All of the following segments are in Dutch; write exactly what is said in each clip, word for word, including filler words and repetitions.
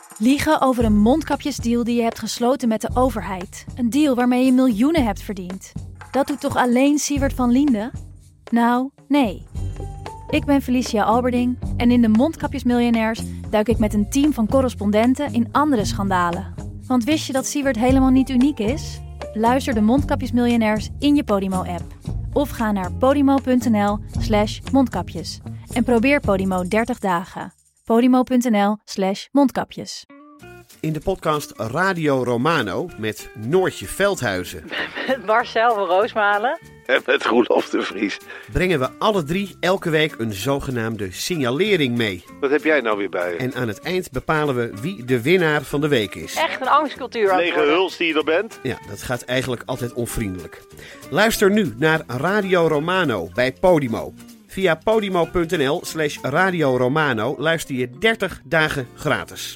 Liegen over een mondkapjesdeal die je hebt gesloten met de overheid. Een deal waarmee je miljoenen hebt verdiend. Dat doet toch alleen Siewert van Liende? Nou, nee. Ik ben Felicia Alberding en in de Mondkapjesmiljonairs duik ik met een team van correspondenten in andere schandalen. Want wist je dat Siewert helemaal niet uniek is? Luister de Mondkapjesmiljonairs in je Podimo-app. Of ga naar podimo.nl slash mondkapjes. En probeer Podimo dertig dagen. Podimo.nl slash mondkapjes. In de podcast Radio Romano met Noortje Veldhuizen. Met Marcel van Roosmalen. En met Roelof de Vries. Brengen we alle drie elke week een zogenaamde signalering mee. Wat heb jij nou weer bij je? En aan het eind bepalen we wie de winnaar van de week is. Echt een angstcultuur aan het Lege worden. huls die je er bent. Ja, dat gaat eigenlijk altijd onvriendelijk. Luister nu naar Radio Romano bij Podimo. Via podimo.nl slash Radio Romano luister je dertig dagen gratis.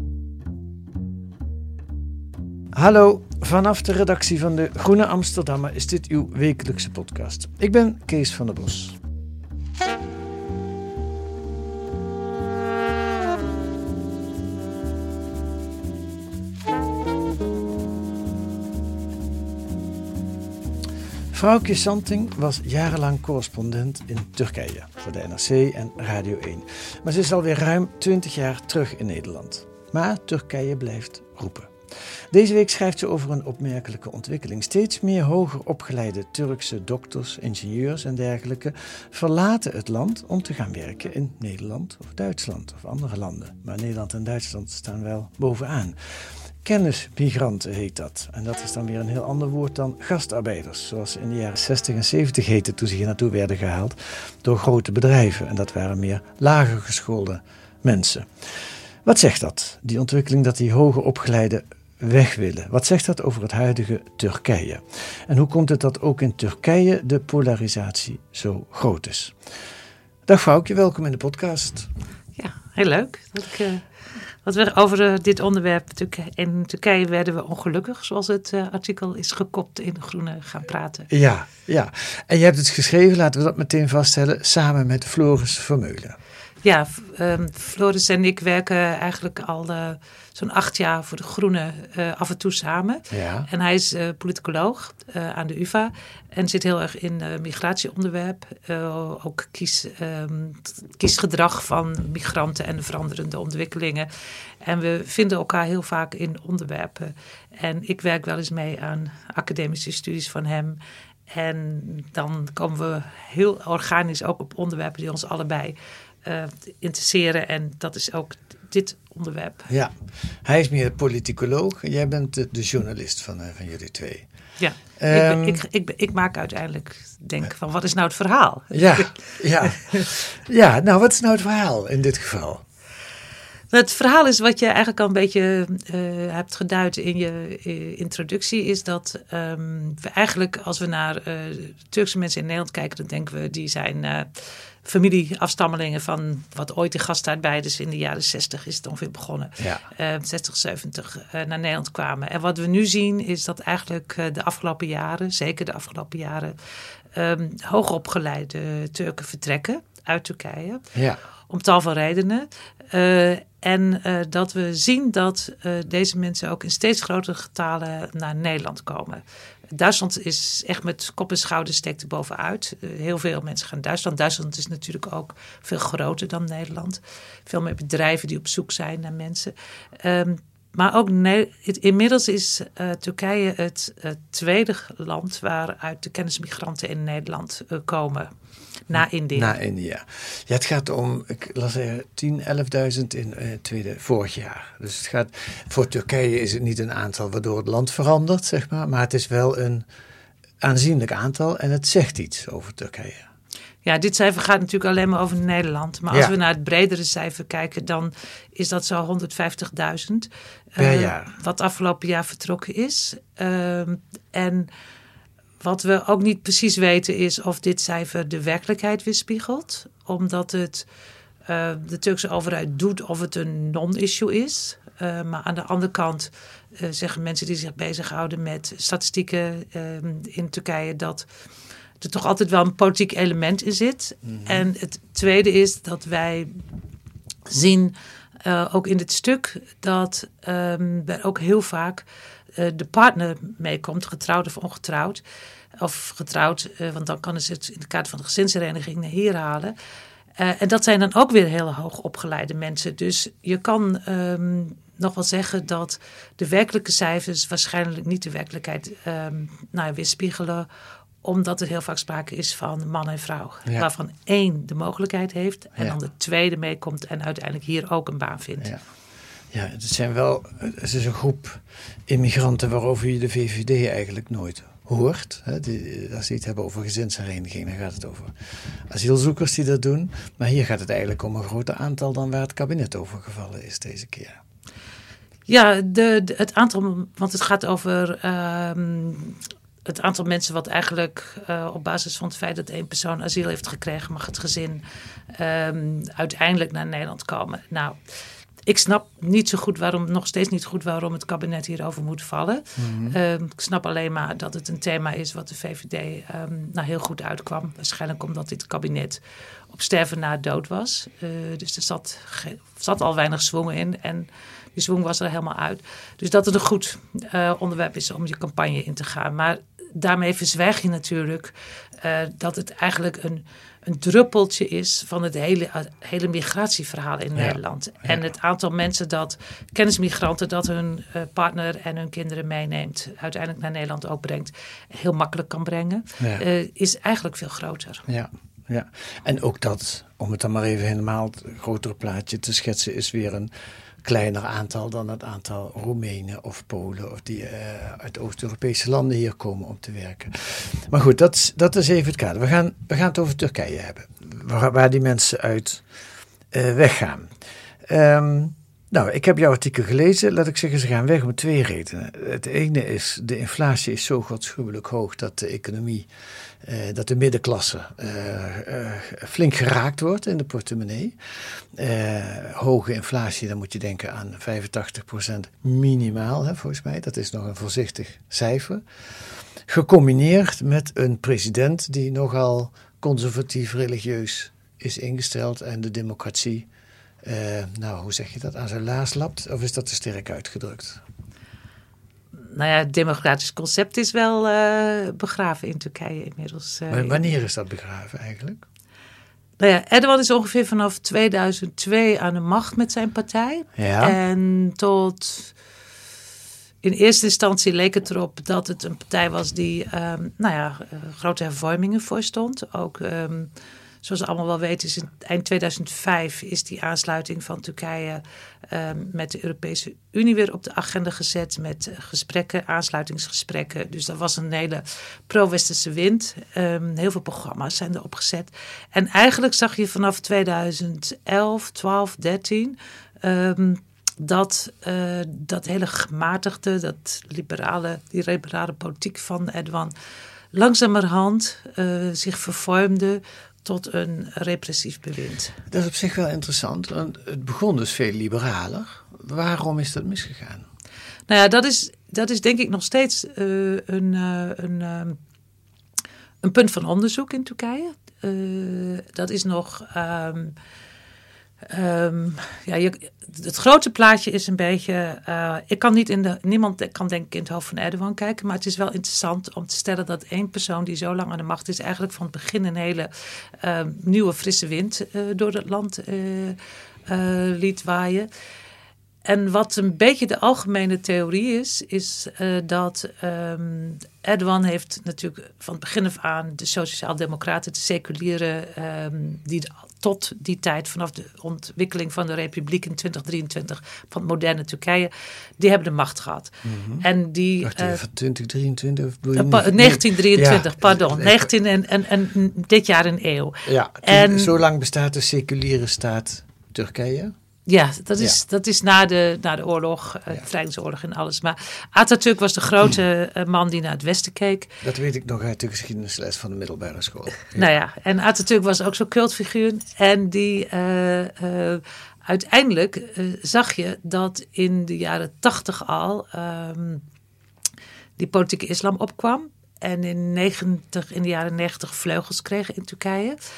Hallo, vanaf de redactie van de Groene Amsterdammer is dit uw wekelijkse podcast. Ik ben Kees van der Bos. Vrouwke Santing was jarenlang correspondent in Turkije voor de N R C en Radio één. Maar ze is alweer ruim twintig jaar terug in Nederland. Maar Turkije blijft roepen. Deze week schrijft ze over een opmerkelijke ontwikkeling. Steeds meer hoger opgeleide Turkse dokters, ingenieurs en dergelijke verlaten het land om te gaan werken in Nederland of Duitsland of andere landen. Maar Nederland en Duitsland staan wel bovenaan. Kennismigranten heet dat. En dat is dan weer een heel ander woord dan gastarbeiders. Zoals ze in de jaren zestig en zeventig heette toen ze hier naartoe werden gehaald door grote bedrijven. En dat waren meer lager geschoolde mensen. Wat zegt dat, die ontwikkeling dat die hoger opgeleide weg willen? Wat zegt dat over het huidige Turkije? En hoe komt het dat ook in Turkije de polarisatie zo groot is? Dag Vrouwke, welkom in de podcast. Ja, heel leuk. Dat ik, uh, wat we over uh, dit onderwerp, in Turkije werden we ongelukkig, zoals het uh, artikel is gekopt in de Groene, gaan praten. Ja, ja. En je hebt het geschreven, laten we dat meteen vaststellen, samen met Floris Vermeulen. Ja, um, Floris en ik werken eigenlijk al uh, zo'n acht jaar voor de Groene uh, af en toe samen. Ja. En hij is uh, politicoloog uh, aan de U vA en zit heel erg in uh, migratieonderwerp. Uh, ook kies, um, kiesgedrag van migranten en de veranderende ontwikkelingen. En we vinden elkaar heel vaak in onderwerpen. En ik werk wel eens mee aan academische studies van hem. En dan komen we heel organisch ook op onderwerpen die ons allebei Uh, interesseren en dat is ook dit onderwerp. Ja, hij is meer politicoloog en jij bent de, de journalist van, uh, van jullie twee. Ja, um, ik, ik, ik, ik maak uiteindelijk denk van wat is nou het verhaal? Ja, ja. ja, nou wat is nou het verhaal in dit geval? Het verhaal is wat je eigenlijk al een beetje uh, hebt geduid in je uh, introductie, is dat um, we eigenlijk als we naar uh, Turkse mensen in Nederland kijken, dan denken we die zijn uh, familieafstammelingen van wat ooit de gastarbeiders in de jaren zestig is het ongeveer begonnen. Ja. Uh, zestig, zeventig uh, naar Nederland kwamen. En wat we nu zien is dat eigenlijk uh, de afgelopen jaren, zeker de afgelopen jaren, um, hoogopgeleide Turken vertrekken uit Turkije. Ja. Om tal van redenen. Uh, en uh, dat we zien dat uh, deze mensen ook in steeds grotere getalen naar Nederland komen. Duitsland is echt met kop en schouders steekt er bovenuit. Uh, heel veel mensen gaan naar Duitsland. Duitsland is natuurlijk ook veel groter dan Nederland. Veel meer bedrijven die op zoek zijn naar mensen. Um, maar ook ne- het, inmiddels is uh, Turkije het uh, tweede land waaruit de kennismigranten in Nederland uh, komen. Na India. Na India. Ja, het gaat om, ik las er tien, elfduizend in uh, tweede, vorig jaar. Dus het gaat, voor Turkije is het niet een aantal waardoor het land verandert, zeg maar. Maar het is wel een aanzienlijk aantal en het zegt iets over Turkije. Ja, dit cijfer gaat natuurlijk alleen maar over Nederland. Maar als ja. we naar het bredere cijfer kijken, dan is dat zo honderdvijftigduizend. Per uh, jaar. Wat afgelopen jaar vertrokken is. Uh, en wat we ook niet precies weten is of dit cijfer de werkelijkheid weerspiegelt. Omdat het uh, de Turkse overheid doet of het een non-issue is. Uh, maar aan de andere kant uh, zeggen mensen die zich bezighouden met statistieken uh, in Turkije dat er toch altijd wel een politiek element in zit. Mm-hmm. En het tweede is dat wij zien uh, ook in dit stuk, dat um, er ook heel vaak uh, de partner meekomt, getrouwd of ongetrouwd. Of getrouwd, uh, want dan kan ze het in het kader van de gezinshereniging naar hier halen. Uh, en dat zijn dan ook weer hele hoog opgeleide mensen. Dus je kan um, nog wel zeggen dat de werkelijke cijfers waarschijnlijk niet de werkelijkheid um, nou, weerspiegelen. Omdat er heel vaak sprake is van man en vrouw. Ja. Waarvan één de mogelijkheid heeft en ja. dan de tweede meekomt en uiteindelijk hier ook een baan vindt. Ja. Ja, het zijn wel, het is een groep immigranten waarover je de V V D eigenlijk nooit hoort. Hè. Die, als ze het hebben over gezinshereniging, dan gaat het over asielzoekers die dat doen. Maar hier gaat het eigenlijk om een groter aantal dan waar het kabinet over gevallen is deze keer. Ja, de, de, het aantal, want het gaat over um, het aantal mensen wat eigenlijk uh, op basis van het feit dat één persoon asiel heeft gekregen, mag het gezin um, uiteindelijk naar Nederland komen. Nou, ik snap niet zo goed waarom, nog steeds niet goed waarom het kabinet hierover moet vallen. Mm-hmm. Uh, ik snap alleen maar dat het een thema is wat de V V D um, nou heel goed uitkwam. Waarschijnlijk omdat dit kabinet op sterven na dood was. Uh, dus er zat, ge- zat al weinig zwang in en die zwang was er helemaal uit. Dus dat het een goed uh, onderwerp is om je campagne in te gaan. Maar daarmee verzwijg je natuurlijk uh, dat het eigenlijk een, een druppeltje is van het hele, uh, hele migratieverhaal in ja, Nederland. Ja. En het aantal mensen dat, kennismigranten, dat hun uh, partner en hun kinderen meeneemt, uiteindelijk naar Nederland ook brengt, heel makkelijk kan brengen, ja. uh, is eigenlijk veel groter. Ja. Ja, en ook dat, om het dan maar even helemaal het grotere plaatje te schetsen, is weer een kleiner aantal dan het aantal Roemenen of Polen of die uh, uit Oost-Europese landen hier komen om te werken. Maar goed, dat, dat is even het kader. We gaan, we gaan het over Turkije hebben, waar, waar die mensen uit uh, weggaan. Um, nou, ik heb jouw artikel gelezen. Laat ik zeggen, ze gaan weg om twee redenen. Het ene is, de inflatie is zo godschuwelijk hoog dat de economie, uh, dat de middenklasse uh, uh, flink geraakt wordt in de portemonnee. Uh, hoge inflatie, dan moet je denken aan vijfentachtig procent minimaal, hè, volgens mij. Dat is nog een voorzichtig cijfer. Gecombineerd met een president die nogal conservatief religieus is ingesteld en de democratie, Uh, nou, hoe zeg je dat, aan zijn laars lapt? Of is dat te sterk uitgedrukt? Nou ja, het democratisch concept is wel uh, begraven in Turkije inmiddels. Uh, maar wanneer is dat begraven eigenlijk? Nou ja, Erdogan is ongeveer vanaf tweeduizend twee aan de macht met zijn partij. Ja. En tot in eerste instantie leek het erop dat het een partij was die um, nou ja, uh, grote hervormingen voorstond. Ook Um, Zoals we allemaal wel weten, is in eind tweeduizend vijf is die aansluiting van Turkije um, met de Europese Unie weer op de agenda gezet. Met gesprekken, aansluitingsgesprekken. Dus dat was een hele pro-westerse wind. Um, heel veel programma's zijn erop gezet. En eigenlijk zag je vanaf tweeduizend elf, twaalf, dertien Um, dat uh, dat hele gematigde, dat liberale, die liberale politiek van Erdogan langzamerhand uh, zich vervormde tot een repressief bewind. Dat is op zich wel interessant, want het begon dus veel liberaler. Waarom is dat misgegaan? Nou ja, dat is, dat is denk ik nog steeds uh, een, uh, een, uh, een punt van onderzoek in Turkije. Uh, dat is nog Um, Um, ja, je, het grote plaatje is een beetje, uh, ik kan niet in de, niemand kan denk ik in het hoofd van Erdogan kijken, maar het is wel interessant om te stellen dat één persoon die zo lang aan de macht is, eigenlijk van het begin een hele uh, nieuwe frisse wind uh, door het land uh, uh, liet waaien. En wat een beetje de algemene theorie is, is uh, dat um, Erdogan heeft natuurlijk van het begin af aan de sociaal-democraten, de seculieren, um, die de, tot die tijd, vanaf de ontwikkeling van de republiek in twintig drieëntwintig, van het moderne Turkije, die hebben de macht gehad. Mm-hmm. En die, Wacht even, uh, twintig drieëntwintig? Of bedoel je uh, pa- negentien drieëntwintig, ja, pardon. Nee. negentien en, en, en dit jaar een eeuw. Ja, en, zo lang bestaat de seculiere staat Turkije. Ja, dat is, ja. dat is na, de, na de oorlog, uh, de bevrijdingsoorlog en alles. Maar Atatürk was de grote uh, man die naar het westen keek. Dat weet ik nog uit de geschiedenisles van de middelbare school. Ja. Nou ja, en Atatürk was ook zo'n cultfiguur. En die uh, uh, uiteindelijk uh, zag je dat in de jaren tachtig al um, die politieke islam opkwam. En in, negentig, in de jaren negentig vleugels kreeg in Turkije.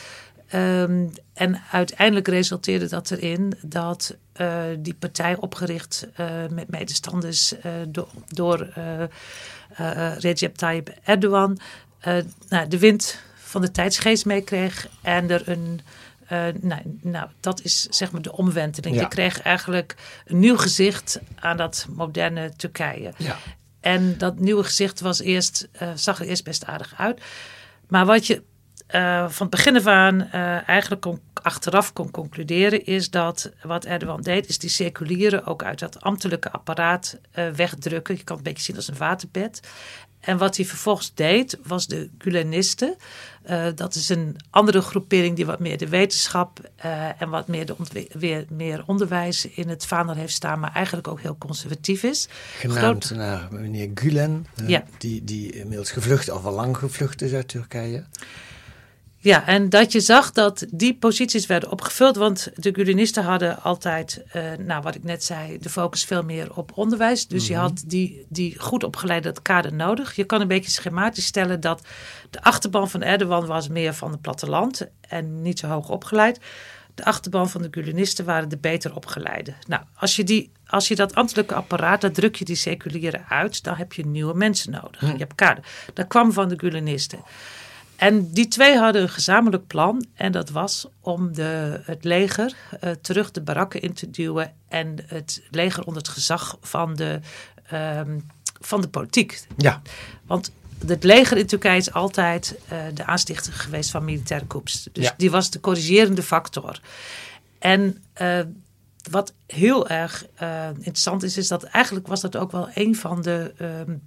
Um, en uiteindelijk resulteerde dat erin dat uh, die partij opgericht uh, met medestanders uh, do, door uh, uh, Recep Tayyip Erdogan uh, nou, de wind van de tijdsgeest meekreeg en er een... Uh, nou, nou, dat is zeg maar de omwenteling. Ja. Je kreeg eigenlijk een nieuw gezicht aan dat moderne Turkije. Ja. En dat nieuwe gezicht was eerst, uh, zag er eerst best aardig uit. Maar wat je uh, van het begin af aan uh, eigenlijk kon, achteraf kon concluderen... is dat wat Erdogan deed, is die seculieren ook uit dat ambtelijke apparaat uh, wegdrukken. Je kan het een beetje zien als een waterbed. En wat hij vervolgens deed, was de Gülenisten. Uh, dat is een andere groepering die wat meer de wetenschap uh, en wat meer, de ontwe- weer meer onderwijs in het vaandel heeft staan, maar eigenlijk ook heel conservatief is. Genaamd Groot... naar meneer Gülen, uh, ja. die, die inmiddels gevlucht, of al lang gevlucht is uit Turkije. Ja, en dat je zag dat die posities werden opgevuld, want de Gülenisten hadden altijd, uh, nou wat ik net zei, de focus veel meer op onderwijs. Dus mm-hmm. je had die, die goed opgeleide kader nodig. Je kan een beetje schematisch stellen dat de achterban van Erdogan was meer van het platteland en niet zo hoog opgeleid. De achterban van de Gülenisten waren de beter opgeleide. Nou, als je, die, als je dat ambtelijke apparaat, daar druk je die seculieren uit, dan heb je nieuwe mensen nodig. Mm. Je hebt kader. Dat kwam van de Gülenisten. En die twee hadden een gezamenlijk plan en dat was om de, het leger uh, terug de barakken in te duwen en het leger onder het gezag van de, um, van de politiek. Ja. Want het leger in Turkije is altijd uh, de aanstichter geweest van militaire coups. Dus ja. die was de corrigerende factor. En uh, wat heel erg uh, interessant is, is dat eigenlijk was dat ook wel een van de... Um,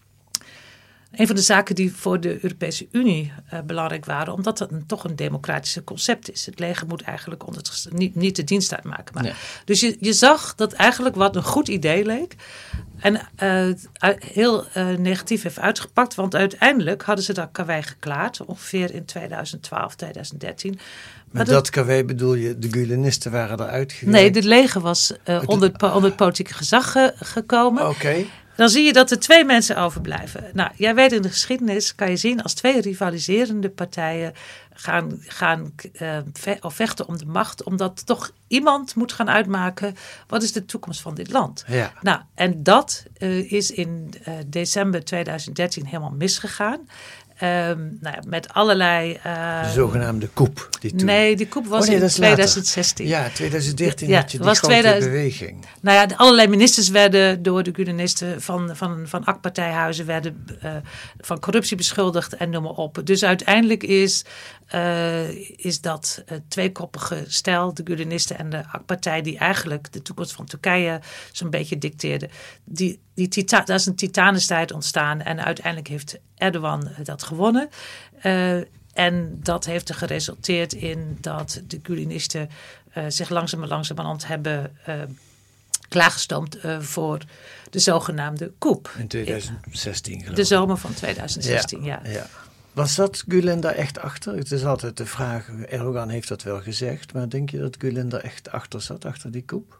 Een van de zaken die voor de Europese Unie uh, belangrijk waren, omdat dat een, toch een democratische concept is. Het leger moet eigenlijk onder het, niet, niet de dienst uitmaken. Maar. Nee. Dus je, je zag dat eigenlijk wat een goed idee leek en uh, heel uh, negatief heeft uitgepakt. Want uiteindelijk hadden ze dat karwei geklaard, ongeveer in tweeduizend twaalf, tweeduizend dertien. Maar Met dat karwei bedoel je, de Gülenisten waren eruit gegaan? Nee, het leger was uh, onder, het, onder het politieke gezag ge, gekomen. Oké. Okay. Dan zie je dat er twee mensen overblijven. Nou, jij weet in de geschiedenis, kan je zien, als twee rivaliserende partijen gaan, gaan uh, ve- of vechten om de macht, omdat toch iemand moet gaan uitmaken, wat is de toekomst van dit land? Ja. Nou, en dat uh, is in uh, december tweeduizend dertien helemaal misgegaan. Um, nou ja, met allerlei... Uh, de zogenaamde coup. Die toen... Nee, die coup was oh, nee, in tweeduizend zestien. Ja, tweeduizend dertien ja, had je die grote tweeduizend... beweging. Nou ja, de, allerlei ministers werden door de Gülenisten van, van, van A K P-partijhuizen werden uh, van corruptie beschuldigd en noem maar op. Dus uiteindelijk is, uh, is dat uh, tweekoppige stel, de Gülenisten en de A K-partij, die eigenlijk de toekomst van Turkije zo'n beetje dicteerde. Die, die tita- daar is een titanenstrijd ontstaan en uiteindelijk heeft Erdogan dat gewonnen. Uh, en dat heeft er geresulteerd in dat de Gülenisten uh, zich langzaam en langzamerhand hebben uh, klaargestoomd uh, voor de zogenaamde coup. In tweeduizend zestien geloof ik. De zomer van tweeduizend zestien, ja. ja. ja. Was dat Gülen daar echt achter? Het is altijd de vraag, Erdogan heeft dat wel gezegd, maar denk je dat Gülen daar echt achter zat, achter die coup?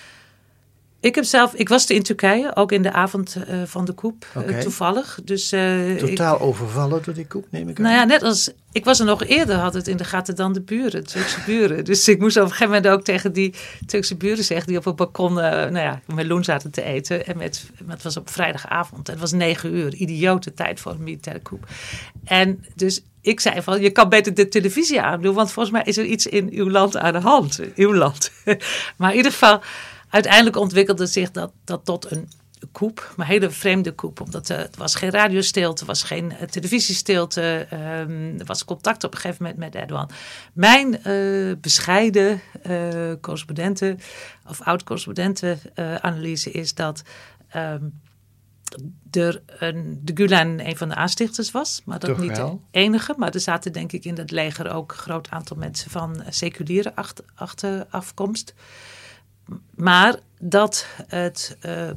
Ik heb zelf, ik was in Turkije, ook in de avond uh, van de coup, okay. uh, toevallig. Dus, uh, Totaal ik, overvallen door die coup, neem ik aan. Nou ja, net als, ik was er nog eerder, had het in de gaten dan de buren, de Turkse buren. Dus ik moest op een gegeven moment ook tegen die Turkse buren zeggen, die op het balkon, uh, nou ja, meloen zaten te eten. En met, het was op vrijdagavond, het was negen uur, idiote tijd voor een militaire coup. En dus ik zei van, je kan beter de televisie aandoen, want volgens mij is er iets in uw land aan de hand. Uw land. Maar in ieder geval, uiteindelijk ontwikkelde zich dat, dat tot een coup, maar een hele vreemde coup. Omdat uh, er was geen radiostilte, er was geen uh, televisiestilte, um, er was contact op een gegeven moment met Erdogan. Mijn uh, bescheiden uh, correspondenten, of oud-correspondenten uh, analyse is dat um, er een, de Gülen een van de aanstichters was, maar dat Toch niet wel. de enige. Maar er zaten denk ik in het leger ook een groot aantal mensen van seculiere achter, achter afkomst. Maar dat het, uh,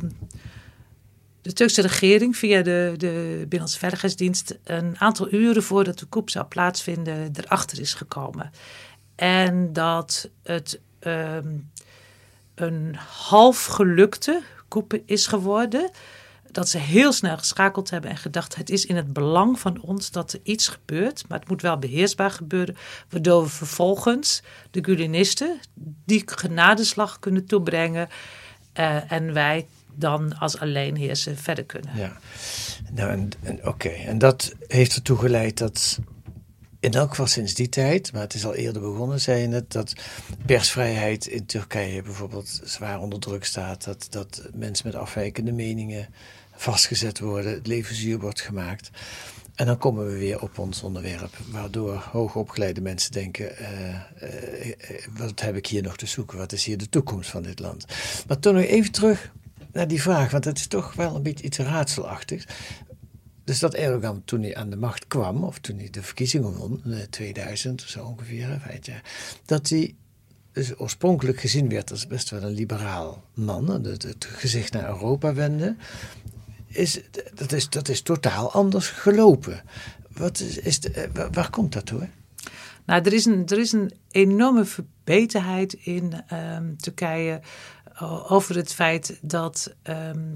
de Turkse regering via de, de Binnenlandse Veiligheidsdienst een aantal uren voordat de coup zou plaatsvinden erachter is gekomen. En dat het um, een half gelukte coup is geworden. dat ze heel snel geschakeld hebben en gedacht, het is in het belang van ons dat er iets gebeurt, maar het moet wel beheersbaar gebeuren, waardoor we vervolgens de Gulenisten die genadeslag kunnen toebrengen uh, en wij dan als alleenheerser verder kunnen. Ja, nou en, en oké, okay. en dat heeft ertoe geleid dat in elk geval sinds die tijd, maar het is al eerder begonnen, zei je net, dat persvrijheid in Turkije bijvoorbeeld zwaar onder druk staat, dat, dat mensen met afwijkende meningen vastgezet worden, het leven zuur wordt gemaakt. En dan komen we weer op ons onderwerp, waardoor hoogopgeleide mensen denken, uh, uh, wat heb ik hier nog te zoeken, wat is hier de toekomst van dit land? Maar toch nog even terug naar die vraag, want het is toch wel een beetje iets raadselachtigs. Dus dat Erdogan toen hij aan de macht kwam, of toen hij de verkiezingen won, in tweeduizend of zo ongeveer, vijf jaar, dat hij dus oorspronkelijk gezien werd als best wel een liberaal man, het, het gezicht naar Europa wende, is, dat, is, dat is totaal anders gelopen. Wat is, is de, waar komt dat door? Nou, er is een, er is een enorme verbeterheid in um, Turkije over het feit dat Um,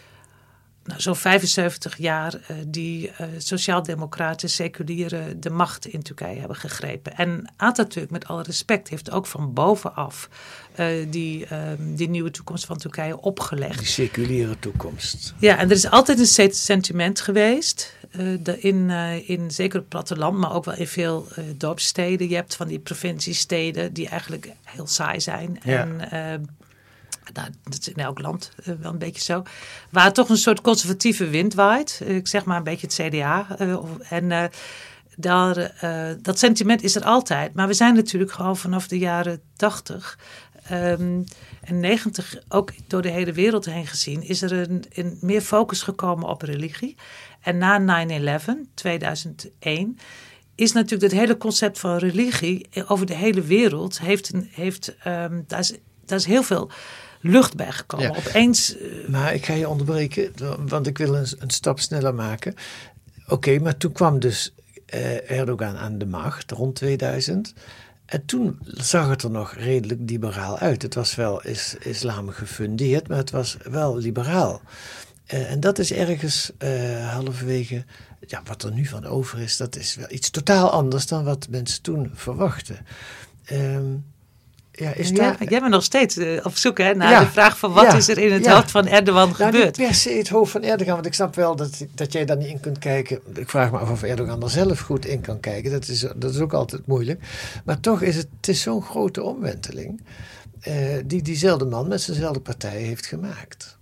Nou, zo'n vijfenzeventig jaar uh, die uh, sociaaldemocraten, seculieren de macht in Turkije hebben gegrepen. En Atatürk, met alle respect, heeft ook van bovenaf uh, die, uh, die nieuwe toekomst van Turkije opgelegd. Die seculiere toekomst. Ja, en er is altijd een sentiment geweest, uh, de, in, uh, in zeker het platteland, maar ook wel in veel uh, dorpssteden. Je hebt van die provinciesteden die eigenlijk heel saai zijn. Ja. En uh, Nou, dat is in elk land uh, wel een beetje zo. Waar toch een soort conservatieve wind waait. Uh, ik zeg maar een beetje het C D A. Uh, en uh, daar, uh, dat sentiment is er altijd. Maar we zijn natuurlijk gewoon vanaf de jaren tachtig um, en negentig... ook door de hele wereld heen gezien, is er een, een meer focus gekomen op religie. En na nine eleven, tweeduizend één... is natuurlijk het hele concept van religie over de hele wereld, heeft, een, heeft um, daar, is, daar is heel veel lucht bij gekomen. Ja. Opeens. Uh... Maar ik ga je onderbreken, want ik wil een, een stap sneller maken. Oké, okay, maar toen kwam dus uh, Erdogan aan de macht rond tweeduizend. En toen zag het er nog redelijk liberaal uit. Het was wel is, islam gefundeerd, maar het was wel liberaal. Uh, en dat is ergens uh, halverwege, ja, wat er nu van over is, dat is wel iets totaal anders dan wat mensen toen verwachten. Um, Ja, is daar... ja, jij bent nog steeds uh, op zoek hè, naar ja, de vraag van wat ja, is er in het ja. hoofd van Erdogan nou, gebeurd? Niet per se het hoofd van Erdogan, want ik snap wel dat, dat jij daar niet in kunt kijken. Ik vraag me af of Erdogan er zelf goed in kan kijken. Dat is, dat is ook altijd moeilijk. Maar toch is het, het is zo'n grote omwenteling uh, die diezelfde man met zijnzelfde partij heeft gemaakt.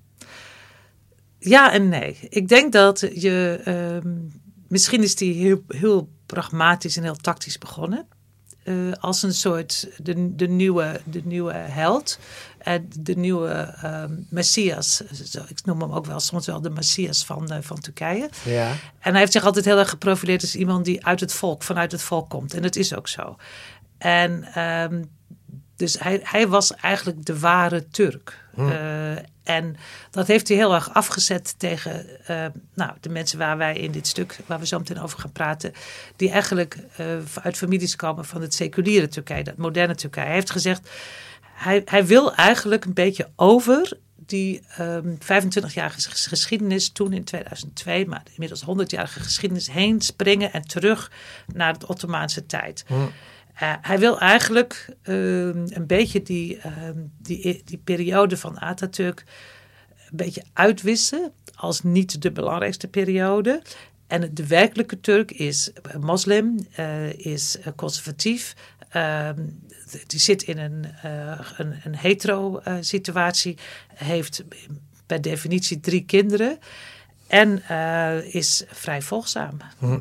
Ja en nee. Ik denk dat je, uh, misschien is die heel, heel pragmatisch en heel tactisch begonnen. Uh, als een soort de, de, nieuwe, de nieuwe held. En de nieuwe uh, Messias. Zo, ik noem hem ook wel soms wel de Messias van, uh, van Turkije. Ja. En hij heeft zich altijd heel erg geprofileerd als iemand die uit het volk, vanuit het volk komt. En dat is ook zo. En um, dus hij, hij was eigenlijk de ware Turk. Hm. Uh, en dat heeft hij heel erg afgezet tegen uh, nou, de mensen waar wij in dit stuk, waar we zo meteen over gaan praten, die eigenlijk uh, uit families komen van het seculiere Turkije, dat moderne Turkije. Hij heeft gezegd, hij, hij wil eigenlijk een beetje over die um, vijfentwintigjarige geschiedenis toen in tweeduizend twee, maar inmiddels honderdjarige geschiedenis heen springen en terug naar de Ottomaanse tijd. Hm. Uh, hij wil eigenlijk uh, een beetje die, uh, die, die periode van Atatürk een beetje uitwissen als niet de belangrijkste periode. En de werkelijke Turk is moslim, uh, is conservatief. Uh, die zit in een, uh, een, een hetero uh, situatie, heeft per definitie drie kinderen en uh, is vrij volgzaam. Hm.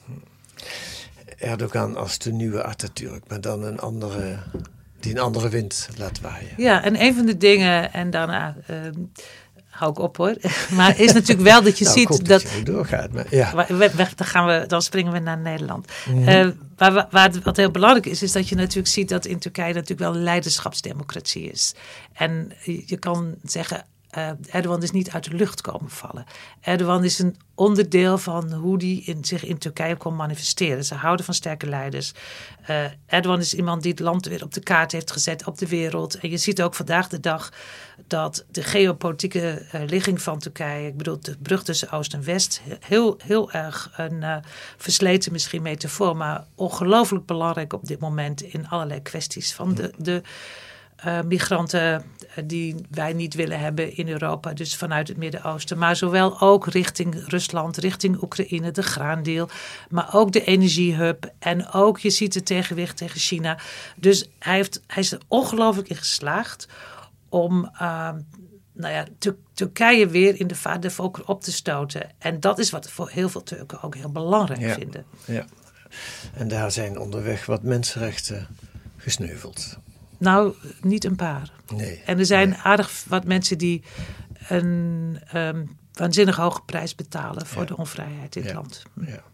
Erdogan als de nieuwe Atatürk, maar dan een andere, die een andere wind laat waaien. Ja, en een van de dingen, en daarna uh, hou ik op hoor, maar is natuurlijk wel dat je nou, ziet dat... dat... je doorgaat, maar ja. We, we, dan, gaan we, dan springen we naar Nederland. Mm-hmm. Uh, waar, waar, wat heel belangrijk is, is dat je natuurlijk ziet dat in Turkije natuurlijk wel een leiderschapsdemocratie is. En je kan zeggen, Uh, Erdogan is niet uit de lucht komen vallen. Erdogan is een onderdeel van hoe die in, zich in Turkije kon manifesteren. Ze houden van sterke leiders. Uh, Erdogan is iemand die het land weer op de kaart heeft gezet op de wereld. En je ziet ook vandaag de dag dat de geopolitieke uh, ligging van Turkije, ik bedoel de brug tussen Oost en West, heel, heel erg een uh, versleten misschien metafoor, maar ongelooflijk belangrijk op dit moment in allerlei kwesties van de, de uh, migranten die wij niet willen hebben in Europa, dus vanuit het Midden-Oosten. Maar zowel ook richting Rusland, richting Oekraïne, de graandeal, maar ook de energiehub en ook, je ziet het tegenwicht tegen China. Dus hij, heeft, hij is er ongelooflijk in geslaagd om uh, nou ja, Tur- Turkije weer in de vaart der volkeren op te stoten. En dat is wat voor heel veel Turken ook heel belangrijk ja, vinden. Ja. En daar zijn onderweg wat mensenrechten gesneuveld. Nou, niet een paar. Nee. En er zijn nee. aardig wat mensen die een um, waanzinnig hoge prijs betalen voor ja. de onvrijheid in het ja. land. Ja.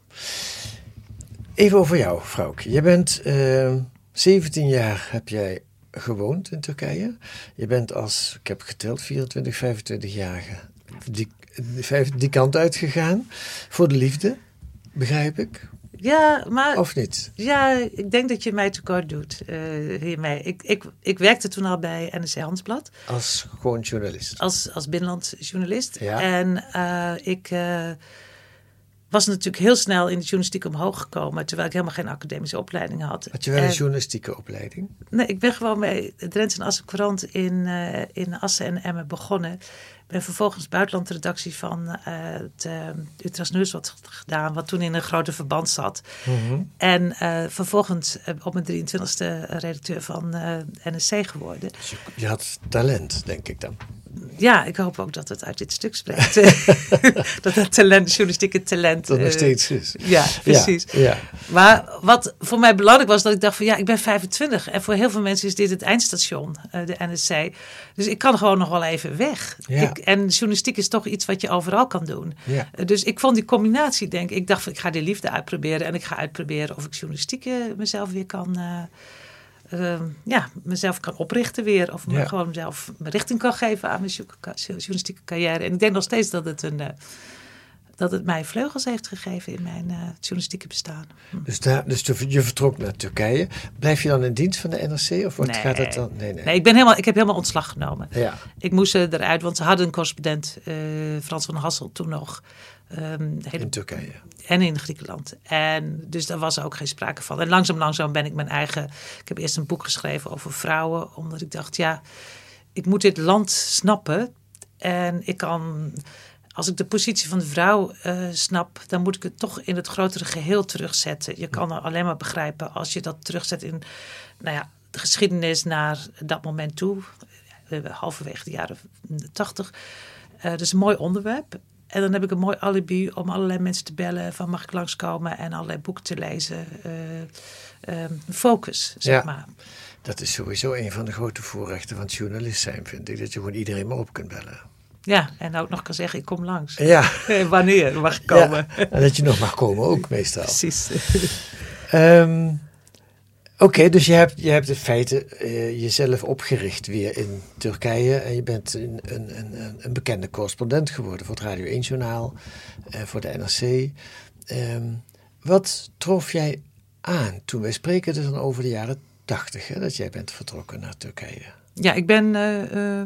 Even over jou, Frauke. Je bent uh, zeventien jaar heb jij gewoond in Turkije. Je bent als, ik heb geteld, vierentwintig, vijfentwintig-jarige die, die kant uitgegaan. Voor de liefde, begrijp ik. Ja, maar... Of niet? Ja, ik denk dat je mij tekort doet uh, hiermee. Ik, ik, ik werkte toen al bij N R C Handelsblad. Als gewoon journalist? Als, als binnenlands journalist. Ja. En uh, ik uh, was natuurlijk heel snel in de journalistiek omhoog gekomen, terwijl ik helemaal geen academische opleiding had. Had je wel een en, journalistieke opleiding? Nee, ik ben gewoon bij Drents en Assen Courant in, uh, in Assen en Emmen begonnen. Ik ben vervolgens buitenlandredactie van uh, het uh, Utrechts Nieuwsblad gedaan, wat toen in een grote verband zat. Mm-hmm. En uh, vervolgens uh, op mijn drieëntwintigste redacteur van uh, N R C geworden. Dus je, je had talent, denk ik dan. Ja, ik hoop ook dat het uit dit stuk spreekt. dat het talent, journalistieke talent. Dat uh, nog steeds is. Ja, precies. Ja, ja. Maar wat voor mij belangrijk was, dat ik dacht van ja, ik ben vijfentwintig. En voor heel veel mensen is dit het eindstation, uh, de N R C. Dus ik kan gewoon nog wel even weg. Ja. Ik, en journalistiek is toch iets wat je overal kan doen. Ja. Uh, dus ik vond die combinatie, denk ik. Ik dacht van ik ga die liefde uitproberen. En ik ga uitproberen of ik journalistiek uh, mezelf weer kan... Uh, Uh, ja, mezelf kan oprichten weer. Of me ja. gewoon mezelf mijn richting kan geven aan mijn journalistieke carrière. En ik denk nog steeds dat het, een, uh, dat het mij vleugels heeft gegeven in mijn uh, journalistieke bestaan. Hm. Dus, daar, dus je vertrok naar Turkije. Blijf je dan in dienst van de N R C? Of wat nee. gaat het dan? Nee, nee. nee ik, ben helemaal, ik heb helemaal ontslag genomen. Ja. Ik moest uh, eruit, want ze hadden een correspondent, uh, Frans van Hassel, toen nog. Um, hele, in Turkije. En in Griekenland. En dus daar was ook geen sprake van. En langzaam, langzaam ben ik mijn eigen... Ik heb eerst een boek geschreven over vrouwen. Omdat ik dacht, ja, ik moet dit land snappen. En ik kan... Als ik de positie van de vrouw uh, snap, dan moet ik het toch in het grotere geheel terugzetten. Je kan er alleen maar begrijpen als je dat terugzet in, nou ja, de geschiedenis naar dat moment toe. Uh, halverwege de jaren tachtig. Uh, dat is een mooi onderwerp. En dan heb ik een mooi alibi om allerlei mensen te bellen van mag ik langskomen en allerlei boeken te lezen. Uh, uh, focus, zeg ja, maar. Dat is sowieso een van de grote voorrechten van het journalist zijn, vind ik. Dat je gewoon iedereen maar op kunt bellen. Ja, en ook nog kan zeggen ik kom langs. Ja. Wanneer mag ik komen? Ja, en dat je nog mag komen ook meestal. Precies. um, Oké, okay, dus je hebt, je hebt in feite uh, jezelf opgericht weer in Turkije. En je bent een, een, een, een bekende correspondent geworden voor het Radio één-journaal, uh, voor de N R C. Um, wat trof jij aan toen? Wij spreken dus dan over de jaren tachtig, hè, dat jij bent vertrokken naar Turkije. Ja, ik ben uh, uh,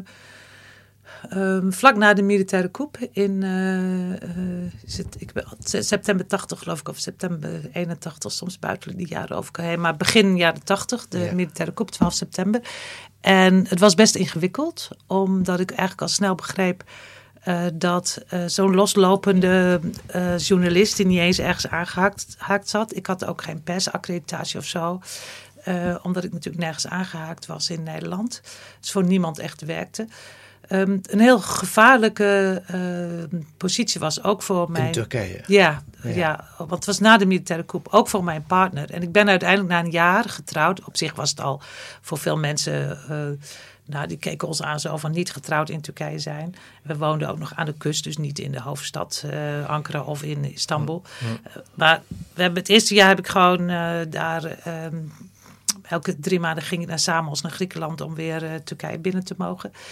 um, vlak na de militaire coup in uh, uh, is het, ik ben, september tachtig geloof ik, of september eenentachtig, soms buiten die jaren over heen, maar begin jaren tachtig, de ja. militaire coup, twaalf september. En het was best ingewikkeld, omdat ik eigenlijk al snel begreep uh, dat uh, zo'n loslopende uh, journalist die niet eens ergens aangehaakt haakt zat. Ik had ook geen persaccreditatie of zo. Uh, omdat ik natuurlijk nergens aangehaakt was in Nederland. Dus voor niemand echt werkte. Um, een heel gevaarlijke uh, positie was ook voor mij. In Turkije? Ja, ja. ja, want het was na de militaire coup ook voor mijn partner. En ik ben uiteindelijk na een jaar getrouwd. Op zich was het al voor veel mensen... Uh, nou, die keken ons aan zo van niet getrouwd in Turkije zijn. We woonden ook nog aan de kust, dus niet in de hoofdstad uh, Ankara of in Istanbul. Mm. Uh, maar we hebben het eerste jaar heb ik gewoon uh, daar... Um, elke drie maanden ging ik naar Samos, naar Griekenland, om weer uh, Turkije binnen te mogen.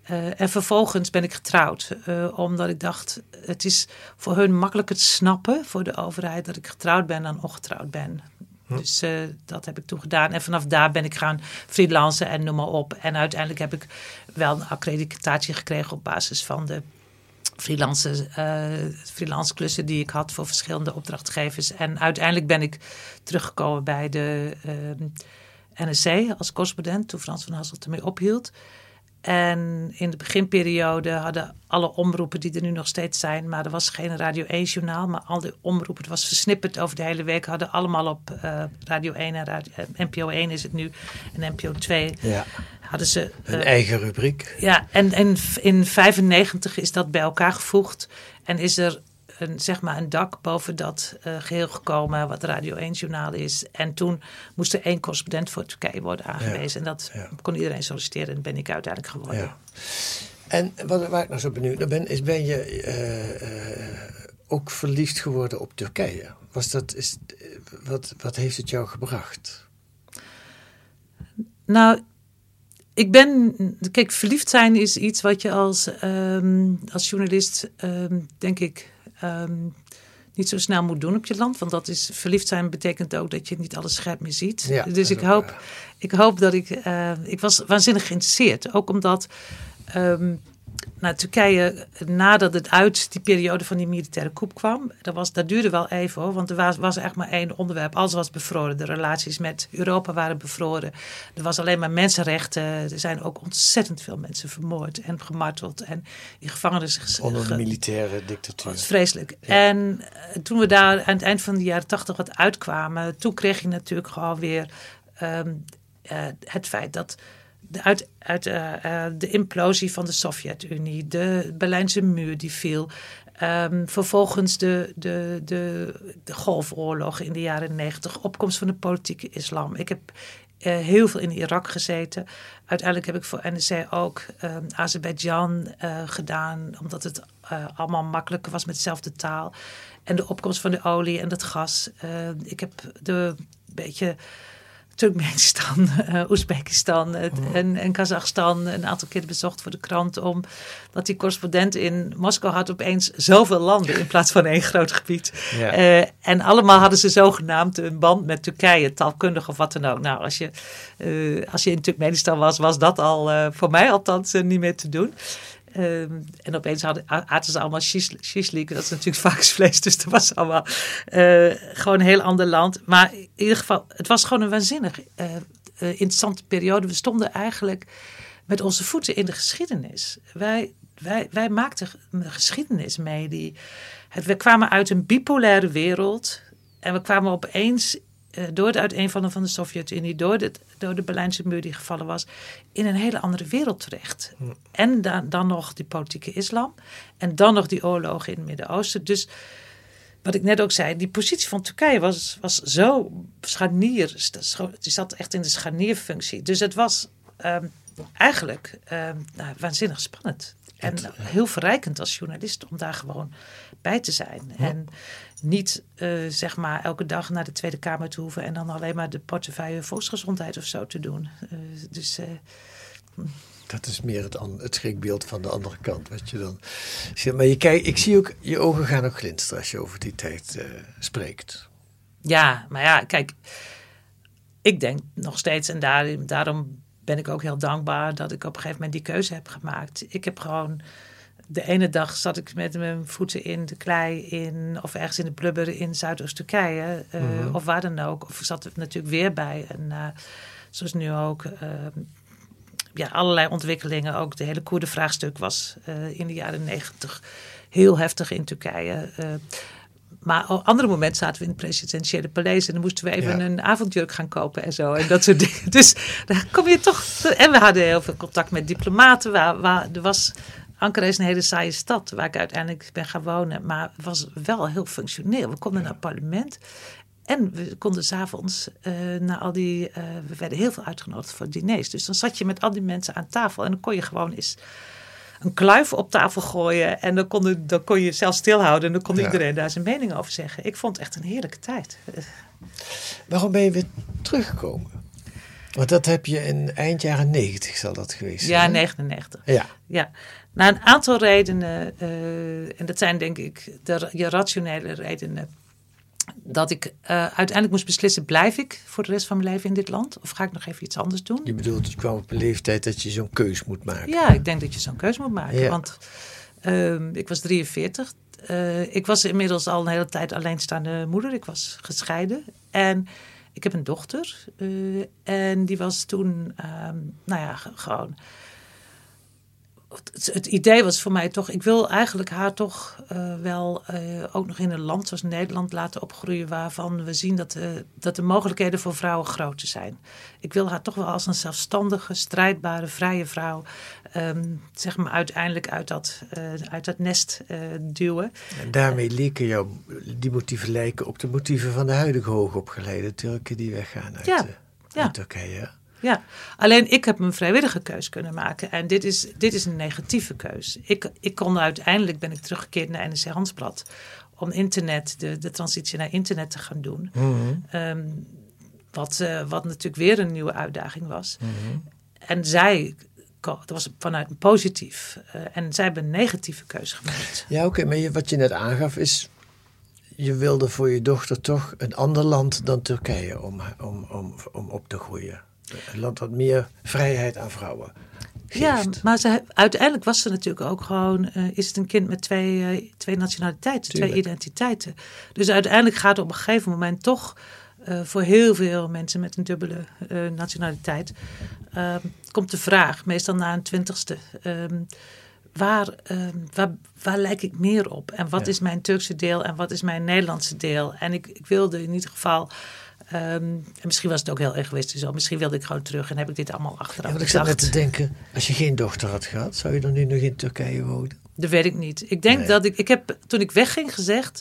Uh, en vervolgens ben ik getrouwd. Uh, omdat ik dacht, het is voor hun makkelijker te snappen, voor de overheid, dat ik getrouwd ben dan ongetrouwd ben. Hm. Dus uh, dat heb ik toen gedaan. En vanaf daar ben ik gaan freelancen en noem maar op. En uiteindelijk heb ik wel een accreditatie gekregen op basis van de freelance, uh, freelance klussen die ik had voor verschillende opdrachtgevers. En uiteindelijk ben ik teruggekomen bij de uh, N S C als correspondent, toen Frans van Hasselt ermee ophield. En in de beginperiode hadden alle omroepen die er nu nog steeds zijn, maar er was geen Radio één-journaal, maar al die omroepen, het was versnipperd over de hele week, hadden allemaal op uh, Radio één en Radio, uh, N P O één is het nu en N P O twee. Ja. Hadden ze uh, een eigen rubriek. Ja, en, en in negentien vijfennegentig is dat bij elkaar gevoegd en is er een, zeg maar een dak boven dat uh, geheel gekomen wat Radio één-journaal is. En toen moest er één correspondent voor Turkije worden aangewezen. Ja, en dat ja. kon iedereen solliciteren en dat ben ik uiteindelijk geworden. Ja. En wat, waar ik nou zo benieuwd naar ben, is ben je uh, uh, ook verliefd geworden op Turkije? Was dat, is, wat, wat heeft het jou gebracht? Nou, ik ben, kijk, verliefd zijn is iets wat je als, um, als journalist, um, denk ik, um, niet zo snel moet doen op je land. Want dat is, verliefd zijn betekent ook dat je niet alles scherp meer ziet. Ja, dus ik hoop, waar. ik hoop dat ik, uh, ik was waanzinnig geïnteresseerd. Ook omdat um, nou, Turkije, nadat het uit die periode van die militaire coup kwam, dat, was, dat duurde wel even hoor, want er was, was echt maar één onderwerp. Alles was bevroren. De relaties met Europa waren bevroren. Er was alleen maar mensenrechten. Er zijn ook ontzettend veel mensen vermoord en gemarteld en in gevangenissen gezet. Onder de militaire dictatuur. Dat was vreselijk. Ja. En uh, toen we daar aan het eind van de jaren tachtig wat uitkwamen, toen kreeg je natuurlijk gewoon weer um, uh, het feit dat De, uit uit uh, uh, de implosie van de Sovjet-Unie, de Berlijnse muur die viel. Um, vervolgens de, de, de, de golfoorlogen in de jaren negentig, opkomst van de politieke islam. Ik heb uh, heel veel in Irak gezeten. Uiteindelijk heb ik voor N R C ook um, Azerbeidzjan uh, gedaan, omdat het uh, allemaal makkelijker was met dezelfde taal. En de opkomst van de olie en het gas. Uh, ik heb de beetje Turkmenistan, uh, Oezbekistan uh, oh. en, en Kazachstan een aantal keer bezocht voor de krant, omdat die correspondent in Moskou had opeens zoveel landen in plaats van één groot gebied. Ja. Uh, en allemaal hadden ze zogenaamd een band met Turkije, taalkundig of wat dan ook. Nou, als je, uh, als je in Turkmenistan was, was dat al uh, voor mij althans uh, niet meer te doen. Um, en opeens hadden, aten ze allemaal shishlik. Dat is natuurlijk varkensvlees. Dus dat was allemaal uh, gewoon een heel ander land. Maar in ieder geval, het was gewoon een waanzinnig uh, uh, interessante periode. We stonden eigenlijk met onze voeten in de geschiedenis. Wij, wij, wij maakten een geschiedenis mee. Die, het, we kwamen uit een bipolaire wereld. En we kwamen opeens uh, door het uiteenvallen van de Sovjet-Unie, door de, door de Berlijnse muur die gevallen was, in een hele andere wereld terecht. Hm. En dan, dan nog die politieke islam. En dan nog die oorlogen in het Midden-Oosten. Dus wat ik net ook zei, die positie van Turkije was, was zo scharnier. Die zat echt in de scharnierfunctie. Dus het was um, eigenlijk um, nou, waanzinnig spannend. En heel verrijkend als journalist om daar gewoon bij te zijn. Ja. En niet uh, zeg maar elke dag naar de Tweede Kamer te hoeven en dan alleen maar de portefeuille volksgezondheid of zo te doen. Uh, dus, uh, dat is meer het, an- het schrikbeeld van de andere kant. Wat je dan ziet. Maar je kijkt, ik zie ook, je ogen gaan ook glinsteren als je over die tijd uh, spreekt. Ja, maar ja, kijk, ik denk nog steeds en daar, daarom ben ik ook heel dankbaar dat ik op een gegeven moment die keuze heb gemaakt. Ik heb gewoon, de ene dag zat ik met mijn voeten in de klei in, of ergens in de blubber in Zuidoost-Turkije, uh, mm-hmm. of waar dan ook. Of ik zat er natuurlijk weer bij. En uh, zoals nu ook, uh, ja, allerlei ontwikkelingen. Ook de hele Koerdenvraagstuk was uh, in de jaren negentig heel heftig in Turkije. Uh, Maar op andere momenten zaten we in het presidentiële paleis en dan moesten we even ja. een avondjurk gaan kopen en zo. En dat soort dingen. Dus daar kom je toch. En we hadden heel veel contact met diplomaten. Waar, waar, er was, Ankara is een hele saaie stad waar ik uiteindelijk ben gaan wonen. Maar het was wel heel functioneel. We konden ja. naar het parlement. En we konden 's avonds uh, naar al die. Uh, we werden heel veel uitgenodigd voor diners. Dus dan zat je met al die mensen aan tafel en dan kon je gewoon eens een kluif op tafel gooien. En dan kon, dan kon je zelf stilhouden. En dan kon ja. iedereen daar zijn mening over zeggen. Ik vond het echt een heerlijke tijd. Waarom ben je weer teruggekomen? Want dat heb je in eind jaren negentig zal dat geweest zijn. Ja, negenennegentig. Ja. ja. Nou, een aantal redenen, uh, en dat zijn denk ik de je rationele redenen, dat ik uh, uiteindelijk moest beslissen, blijf ik voor de rest van mijn leven in dit land? Of ga ik nog even iets anders doen? Je bedoelt, je kwam op een leeftijd dat je zo'n keus moet maken. Ja, ik denk dat je zo'n keus moet maken. Ja. Want uh, ik was drieënveertig. Uh, ik was inmiddels al een hele tijd alleenstaande moeder. Ik was gescheiden. En ik heb een dochter. Uh, en die was toen, um, nou ja, g- gewoon... Het, het idee was voor mij toch, ik wil eigenlijk haar toch uh, wel uh, ook nog in een land zoals Nederland laten opgroeien, waarvan we zien dat de, dat de mogelijkheden voor vrouwen groter zijn. Ik wil haar toch wel als een zelfstandige, strijdbare, vrije vrouw um, zeg maar uiteindelijk uit dat, uh, uit dat nest uh, duwen. En daarmee leken jou, die motieven lijken op de motieven van de huidige hoogopgeleide Turken die weggaan uit, ja, uh, ja. uit Turkije. Ja, alleen ik heb een vrijwillige keus kunnen maken. En dit is, dit is een negatieve keus. Ik, ik kon uiteindelijk, ben ik teruggekeerd naar N R C Handelsblad, om internet, de, de transitie naar internet te gaan doen. Mm-hmm. Um, wat, uh, wat natuurlijk weer een nieuwe uitdaging was. Mm-hmm. En zij, dat was vanuit een positief. Uh, en zij hebben een negatieve keuze gemaakt. Ja, oké, okay, maar je, wat je net aangaf is, je wilde voor je dochter toch een ander land dan Turkije om, om, om, om op te groeien. Een land wat meer vrijheid aan vrouwen geeft. Ja, maar ze, uiteindelijk was ze natuurlijk ook gewoon, uh, is het een kind met twee, uh, twee nationaliteiten, Tuurlijk. twee identiteiten. Dus uiteindelijk gaat het op een gegeven moment toch uh, voor heel veel mensen met een dubbele uh, nationaliteit, uh, komt de vraag, meestal na een twintigste, um, waar, um, waar, waar lijk ik meer op? En wat ja. is mijn Turkse deel en wat is mijn Nederlandse deel? En ik, ik wilde in ieder geval... Um, en misschien was het ook heel egoïstisch zo. Misschien wilde ik gewoon terug en heb ik dit allemaal achteraf ja, ik zat net te denken, als je geen dochter had gehad, zou je dan nu nog in Turkije wonen? Dat weet ik niet. Ik denk nee. dat ik, ik heb toen ik wegging gezegd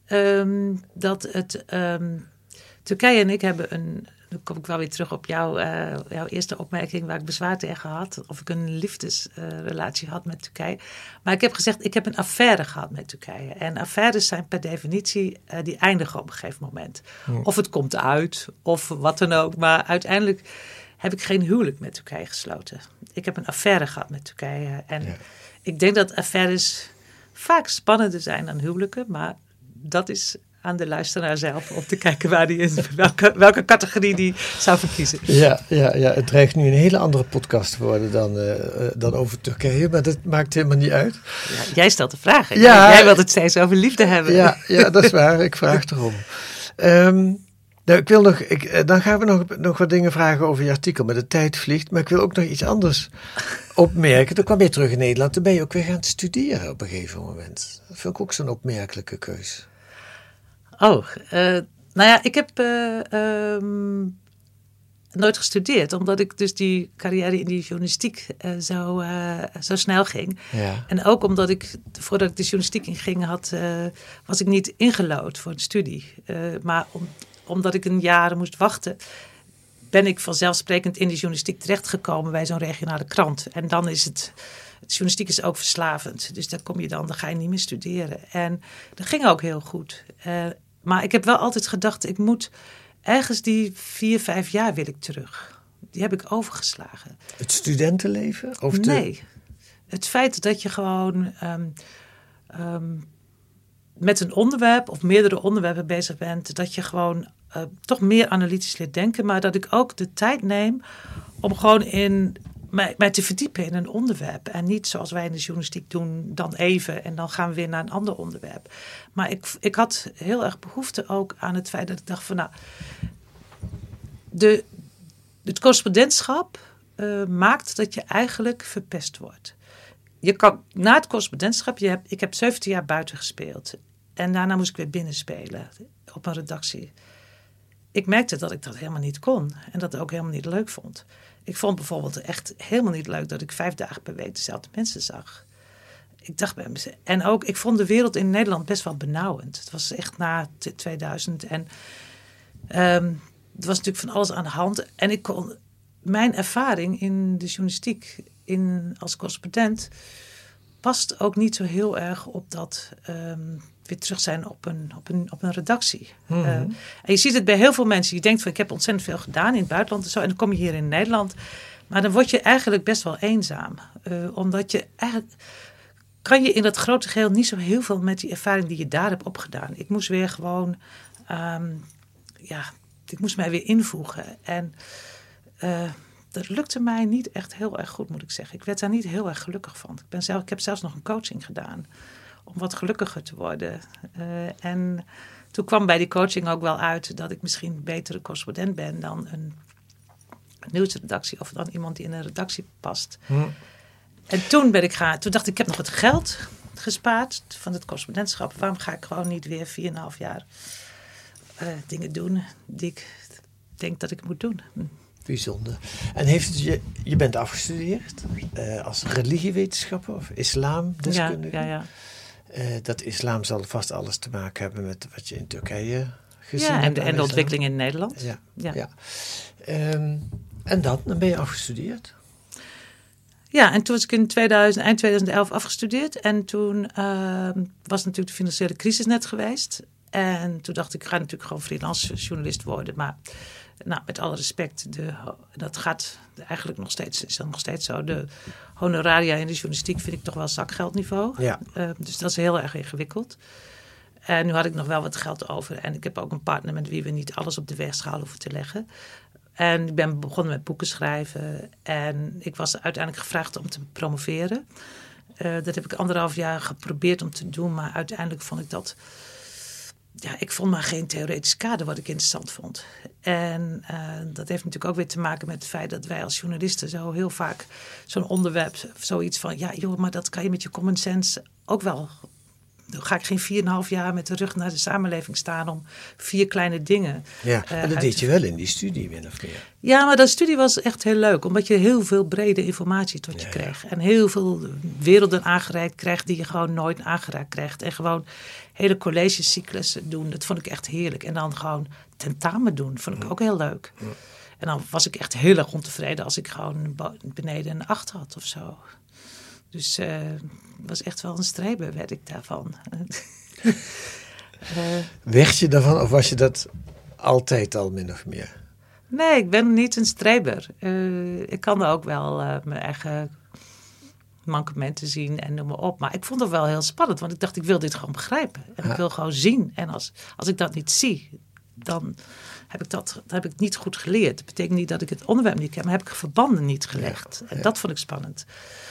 um, dat het um, Turkije en ik hebben een, dan kom ik wel weer terug op jou, uh, jouw eerste opmerking waar ik bezwaar tegen had, of ik een liefdesrelatie uh, had met Turkije. Maar ik heb gezegd, ik heb een affaire gehad met Turkije. En affaires zijn per definitie, uh, die eindigen op een gegeven moment. Hmm. Of het komt uit, of wat dan ook. Maar uiteindelijk heb ik geen huwelijk met Turkije gesloten. Ik heb een affaire gehad met Turkije. En ja. ik denk dat affaires vaak spannender zijn dan huwelijken, maar dat is aan de luisteraar zelf om te kijken waar die in welke, welke categorie die zou verkiezen. Ja, ja, ja, het dreigt nu een hele andere podcast te worden dan, uh, dan over Turkije, maar dat maakt helemaal niet uit. Ja, jij stelt de vragen. Ja, jij wilt het steeds over liefde hebben. Ja, ja, dat is waar. Ik vraag erom. Um, nou, ik wil nog, ik, dan gaan we nog, nog wat dingen vragen over je artikel, maar de tijd vliegt. Maar ik wil ook nog iets anders opmerken. Toen kwam je terug in Nederland, toen ben je ook weer gaan studeren op een gegeven moment. Dat vind ik ook zo'n opmerkelijke keus. Oh, uh, nou ja, ik heb uh, um, nooit gestudeerd. Omdat ik dus die carrière in die journalistiek uh, zo, uh, zo snel ging. Ja. En ook omdat ik, voordat ik de journalistiek inging, had, uh, was ik niet ingelood voor een studie. Uh, maar om, omdat ik een jaar moest wachten, ben ik vanzelfsprekend in de journalistiek terechtgekomen bij zo'n regionale krant. En dan is het... Journalistiek is ook verslavend. Dus daar kom je dan, dan ga je niet meer studeren. En dat ging ook heel goed. Uh, maar ik heb wel altijd gedacht, ik moet ergens die vier, vijf jaar wil ik terug. Die heb ik overgeslagen. Het studentenleven? Of de... Nee. Het feit dat je gewoon um, um, met een onderwerp of meerdere onderwerpen bezig bent, dat je gewoon uh, toch meer analytisch leert denken, maar dat ik ook de tijd neem om gewoon in... Mij, mij te verdiepen in een onderwerp. En niet zoals wij in de journalistiek doen, dan even en dan gaan we weer naar een ander onderwerp. Maar ik, ik had heel erg behoefte ook aan het feit dat ik dacht van nou, de, het correspondentschap uh, maakt dat je eigenlijk verpest wordt. Je kan, na het correspondentschap, je hebt, ik heb zeventien jaar buiten gespeeld. En daarna moest ik weer binnen spelen op een redactie. Ik merkte dat ik dat helemaal niet kon. En dat ook helemaal niet leuk vond. Ik vond bijvoorbeeld echt helemaal niet leuk dat ik vijf dagen per week dezelfde mensen zag. Ik dacht bij mezelf. En ook, ik vond de wereld in Nederland best wel benauwend. Het was echt na tweeduizend. En um, er was natuurlijk van alles aan de hand. En ik kon, mijn ervaring in de journalistiek in, als correspondent past ook niet zo heel erg op dat um, weer terug zijn op een, op een, op een redactie. Mm-hmm. Uh, en je ziet het bij heel veel mensen. Je denkt van ik heb ontzettend veel gedaan in het buitenland en zo. En dan kom je hier in Nederland. Maar dan word je eigenlijk best wel eenzaam. Uh, omdat je eigenlijk... kan je in dat grote geheel niet zo heel veel met die ervaring die je daar hebt opgedaan. Ik moest weer gewoon... Um, ja, ik moest mij weer invoegen. En uh, dat lukte mij niet echt heel erg goed, moet ik zeggen. Ik werd daar niet heel erg gelukkig van. Ik, ben zelf, ik heb zelfs nog een coaching gedaan om wat gelukkiger te worden. Uh, en toen kwam bij die coaching ook wel uit dat ik misschien een betere correspondent ben dan een, een nieuwsredactie of dan iemand die in een redactie past. Hm. En toen ben ik gaan, toen dacht ik, ik heb nog het geld gespaard van het correspondentschap. Waarom ga ik gewoon niet weer vier en een half jaar uh, dingen doen die ik denk dat ik moet doen? Hm. Bijzonder. En heeft het je, je bent afgestudeerd uh, als religiewetenschapper of islamdeskundige? Ja, ja, ja. Uh, dat islam zal vast alles te maken hebben met wat je in Turkije gezien ja, hebt. En de, en de ontwikkeling in Nederland. Ja. ja. ja. Um, en dan, dan ben je afgestudeerd? Ja, en toen was ik in tweeduizend, eind tweeduizend elf afgestudeerd. En toen uh, was natuurlijk de financiële crisis net geweest. En toen dacht ik, ik ga natuurlijk gewoon freelance journalist worden. Maar nou, met alle respect, de, dat gaat eigenlijk nog steeds, is dat nog steeds zo. De honoraria in de journalistiek vind ik toch wel zakgeldniveau. Ja. Uh, dus dat is heel erg ingewikkeld. En nu had ik nog wel wat geld over. En ik heb ook een partner met wie we niet alles op de weegschaal hoeven te leggen. En ik ben begonnen met boeken schrijven. En ik was uiteindelijk gevraagd om te promoveren. Uh, dat heb ik anderhalf jaar geprobeerd om te doen. Maar uiteindelijk vond ik dat... Ja, ik vond maar geen theoretisch kader wat ik interessant vond. En uh, dat heeft natuurlijk ook weer te maken met het feit dat wij als journalisten zo heel vaak zo'n onderwerp, zoiets van, ja joh, maar dat kan je met je common sense ook wel. Dan ga ik geen vier en een half jaar met de rug naar de samenleving staan om vier kleine dingen. Ja, uh, en dat deed je wel in die studie, min of meer. Ja, maar dat studie was echt heel leuk, omdat je heel veel brede informatie tot je ja, kreeg. En heel veel werelden aangereikt krijgt die je gewoon nooit aangeraakt krijgt. En gewoon hele collegecyclussen doen, dat vond ik echt heerlijk. En dan gewoon tentamen doen, vond ik ja. ook heel leuk. Ja. En dan was ik echt heel erg ontevreden als ik gewoon beneden een acht had of zo. Dus uh, was echt wel een streber, werd ik daarvan. uh, werd je daarvan of was je dat altijd al min of meer? Nee, ik ben niet een streber. Uh, ik kan er ook wel uh, mijn eigen mankementen zien en noem maar op. Maar ik vond het wel heel spannend, want ik dacht, ik wil dit gewoon begrijpen. En ja. ik wil gewoon zien. En als, als ik dat niet zie, dan heb ik dat dan heb ik niet goed geleerd. Dat betekent niet dat ik het onderwerp niet ken, maar heb ik verbanden niet gelegd. Ja. En ja. dat vond ik spannend.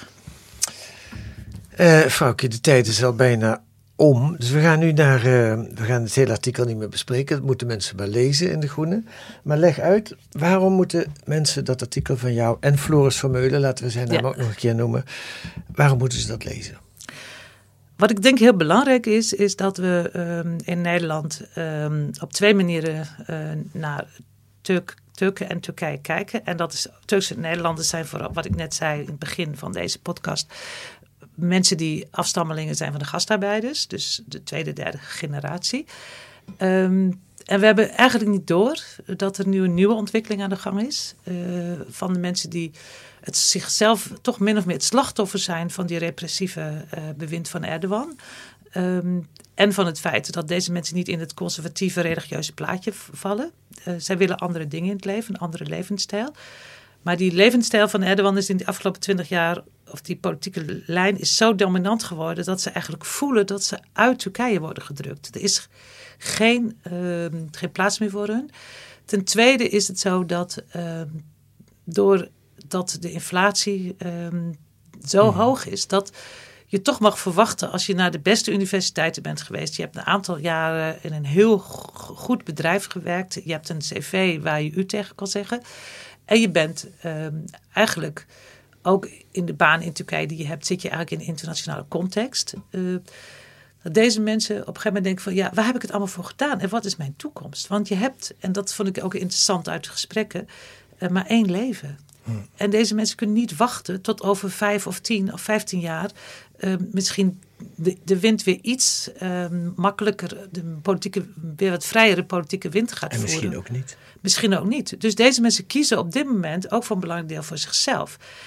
Uh, Vrouwke, de tijd is al bijna om. Dus we gaan nu naar... Uh, we gaan het hele artikel niet meer bespreken. Dat moeten mensen maar lezen in De Groene. Maar leg uit, waarom moeten mensen dat artikel van jou en Floris Vermeulen, laten we zijn naam ja. ook nog een keer noemen, waarom moeten ze dat lezen? Wat ik denk heel belangrijk is, is dat we um, in Nederland um, op twee manieren uh, naar Turk, Turken en Turkije kijken. En dat is, Turkse Nederlanders zijn vooral, wat ik net zei in het begin van deze podcast, mensen die afstammelingen zijn van de gastarbeiders, dus de tweede, derde generatie. Um, en we hebben eigenlijk niet door dat er nu een nieuwe ontwikkeling aan de gang is. Uh, van de mensen die het zichzelf toch min of meer het slachtoffer zijn van die repressieve uh, bewind van Erdogan. Um, en van het feit dat deze mensen niet in het conservatieve religieuze plaatje vallen. Uh, zij willen andere dingen in het leven, een andere levensstijl. Maar die levensstijl van Erdogan is in de afgelopen twintig jaar, of die politieke lijn is zo dominant geworden dat ze eigenlijk voelen dat ze uit Turkije worden gedrukt. Er is geen, uh, geen plaats meer voor hun. Ten tweede is het zo dat uh, doordat de inflatie uh, zo mm. hoog is, dat je toch mag verwachten als je naar de beste universiteiten bent geweest. Je hebt een aantal jaren in een heel goed bedrijf gewerkt. Je hebt een cv waar je u tegen kan zeggen. En je bent uh, eigenlijk ook in de baan in Turkije die je hebt, zit je eigenlijk in een internationale context. Uh, dat deze mensen op een gegeven moment denken van, ja, waar heb ik het allemaal voor gedaan? En wat is mijn toekomst? Want je hebt, en dat vond ik ook interessant uit de gesprekken, uh, maar één leven. Hmm. En deze mensen kunnen niet wachten tot over vijf of tien of vijftien jaar uh, misschien de, de wind weer iets uh, makkelijker, de politieke, weer wat vrijere politieke wind gaat en voeren. Misschien ook niet. Misschien ook niet. Dus deze mensen kiezen op dit moment ook voor een belangrijk deel voor zichzelf.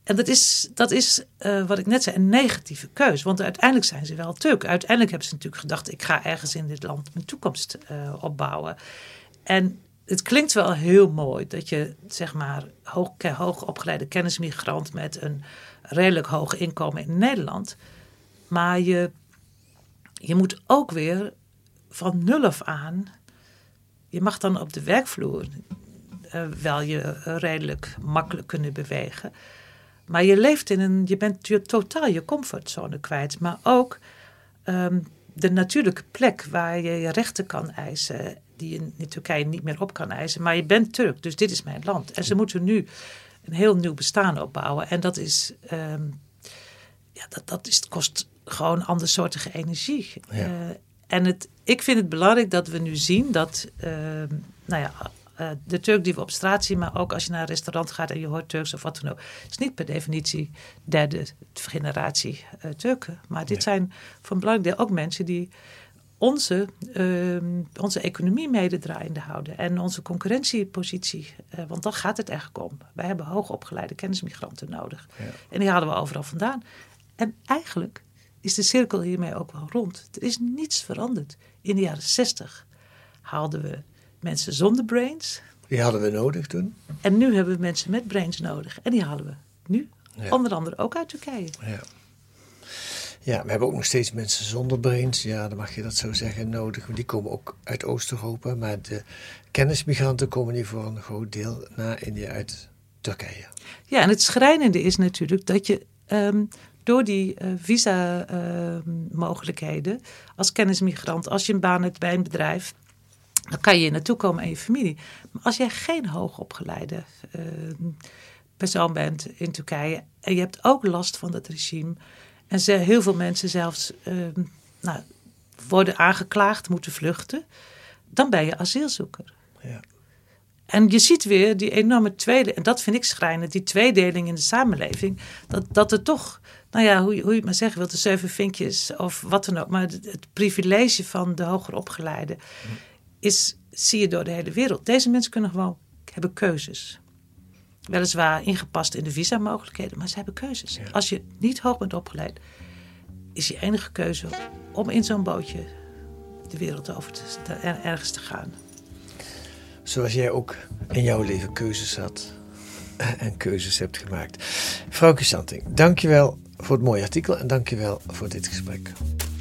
En dat is, dat is uh, wat ik net zei, een negatieve keus. Want uiteindelijk zijn ze wel Turk. Uiteindelijk hebben ze natuurlijk gedacht, ik ga ergens in dit land mijn toekomst uh, opbouwen. En het klinkt wel heel mooi dat je, zeg maar, hoog, hoogopgeleide kennismigrant met een redelijk hoog inkomen in Nederland. Maar je, je moet ook weer van nul af aan, je mag dan op de werkvloer uh, wel je redelijk makkelijk kunnen bewegen. Maar je leeft in een, je bent je, totaal je comfortzone kwijt. Maar ook um, de natuurlijke plek waar je je rechten kan eisen, die je in Turkije niet meer op kan eisen. Maar je bent Turk, dus dit is mijn land. En ze moeten nu een heel nieuw bestaan opbouwen. En dat is, um, ja, dat, dat is, kost gewoon andersoortige energie. Ja. Uh, en het, ik vind het belangrijk dat we nu zien dat, uh, nou ja, uh, de Turk die we op straat zien, maar ook als je naar een restaurant gaat en je hoort Turks of wat dan ook, is niet per definitie derde generatie uh, Turken. Maar dit ja. zijn voor een belangrijk deel ook mensen die onze, uh, onze economie mededraaiende houden en onze concurrentiepositie. Uh, want daar gaat het eigenlijk om. Wij hebben hoogopgeleide kennismigranten nodig. Ja. En die halen we overal vandaan. En eigenlijk is de cirkel hiermee ook wel rond. Er is niets veranderd. In de jaren zestig haalden we mensen zonder brains. Die hadden we nodig toen. En nu hebben we mensen met brains nodig. En die halen we nu, ja. onder andere ook uit Turkije. Ja. Ja, we hebben ook nog steeds mensen zonder brains. Ja, dan mag je dat zo zeggen, nodig. Die komen ook uit Oost-Europa. Maar de kennismigranten komen nu voor een groot deel naar India uit Turkije. Ja, en het schrijnende is natuurlijk dat je Um, door die uh, visa-mogelijkheden uh, als kennismigrant, als je een baan hebt bij een bedrijf, dan kan je hier naartoe komen en je familie. Maar als jij geen hoogopgeleide uh, persoon bent in Turkije en je hebt ook last van dat regime en ze, heel veel mensen zelfs uh, nou, worden aangeklaagd, moeten vluchten, dan ben je asielzoeker. Ja. En je ziet weer die enorme tweedeling, en dat vind ik schrijnend, die tweedeling in de samenleving. Dat, dat er toch, nou ja, hoe je, hoe je het maar zeggen wilt, de zeven vinkjes of wat dan ook. Maar het, het privilege van de hoger opgeleide is, zie je door de hele wereld. Deze mensen kunnen gewoon, hebben keuzes. Weliswaar ingepast in de visa-mogelijkheden, maar ze hebben keuzes. Ja. Als je niet hoog bent opgeleid, is je enige keuze om in zo'n bootje de wereld over te, ergens te gaan. Zoals jij ook in jouw leven keuzes had en keuzes hebt gemaakt. Frauke Santing, dankjewel voor het mooie artikel en dankjewel voor dit gesprek.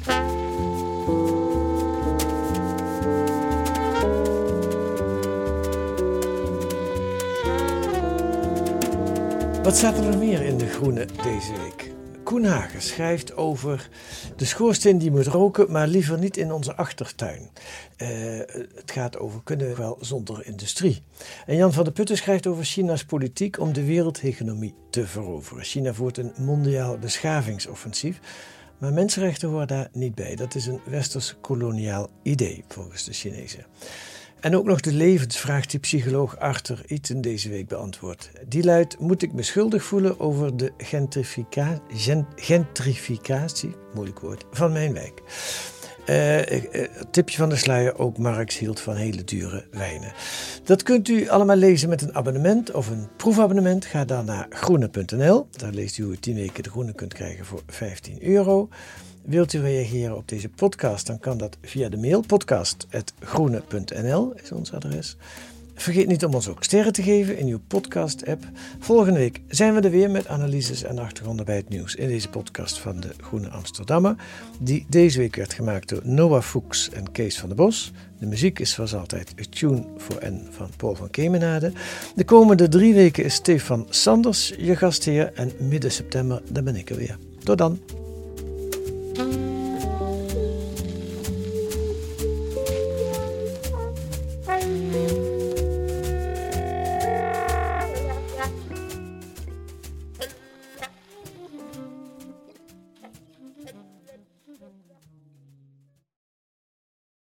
Wat staat er nog meer in De Groene deze week? Koen Hagen schrijft over de schoorsteen die moet roken, maar liever niet in onze achtertuin. Uh, het gaat over kunnen we wel zonder industrie. En Jan van der Putten schrijft over China's politiek om de wereldhegemonie te veroveren. China voert een mondiaal beschavingsoffensief, maar mensenrechten horen daar niet bij. Dat is een westers koloniaal idee, volgens de Chinezen. En ook nog de levensvraag die psycholoog Arthur Eaton deze week beantwoordt. Die luidt, moet ik me schuldig voelen over de gentrifica- gen- gentrificatie, moeilijk woord, van mijn wijk? Uh, uh, tipje van de sluier, ook Marx hield van hele dure wijnen. Dat kunt u allemaal lezen met een abonnement of een proefabonnement. Ga dan naar groene punt n l. Daar leest u hoe u tien weken De Groene kunt krijgen voor vijftien euro. Wilt u reageren op deze podcast, dan kan dat via de mail podcast apenstaartje groene punt n l is ons adres. Vergeet niet om ons ook sterren te geven in uw podcast-app. Volgende week zijn we er weer met analyses en achtergronden bij het nieuws in deze podcast van de Groene Amsterdammer, die deze week werd gemaakt door Noah Fuchs en Kees van der Bos. De muziek is zoals altijd A Tune for N van Paul van Kemenade. De komende drie weken is Stefan Sanders je gastheer en midden september dan ben ik er weer. Tot dan!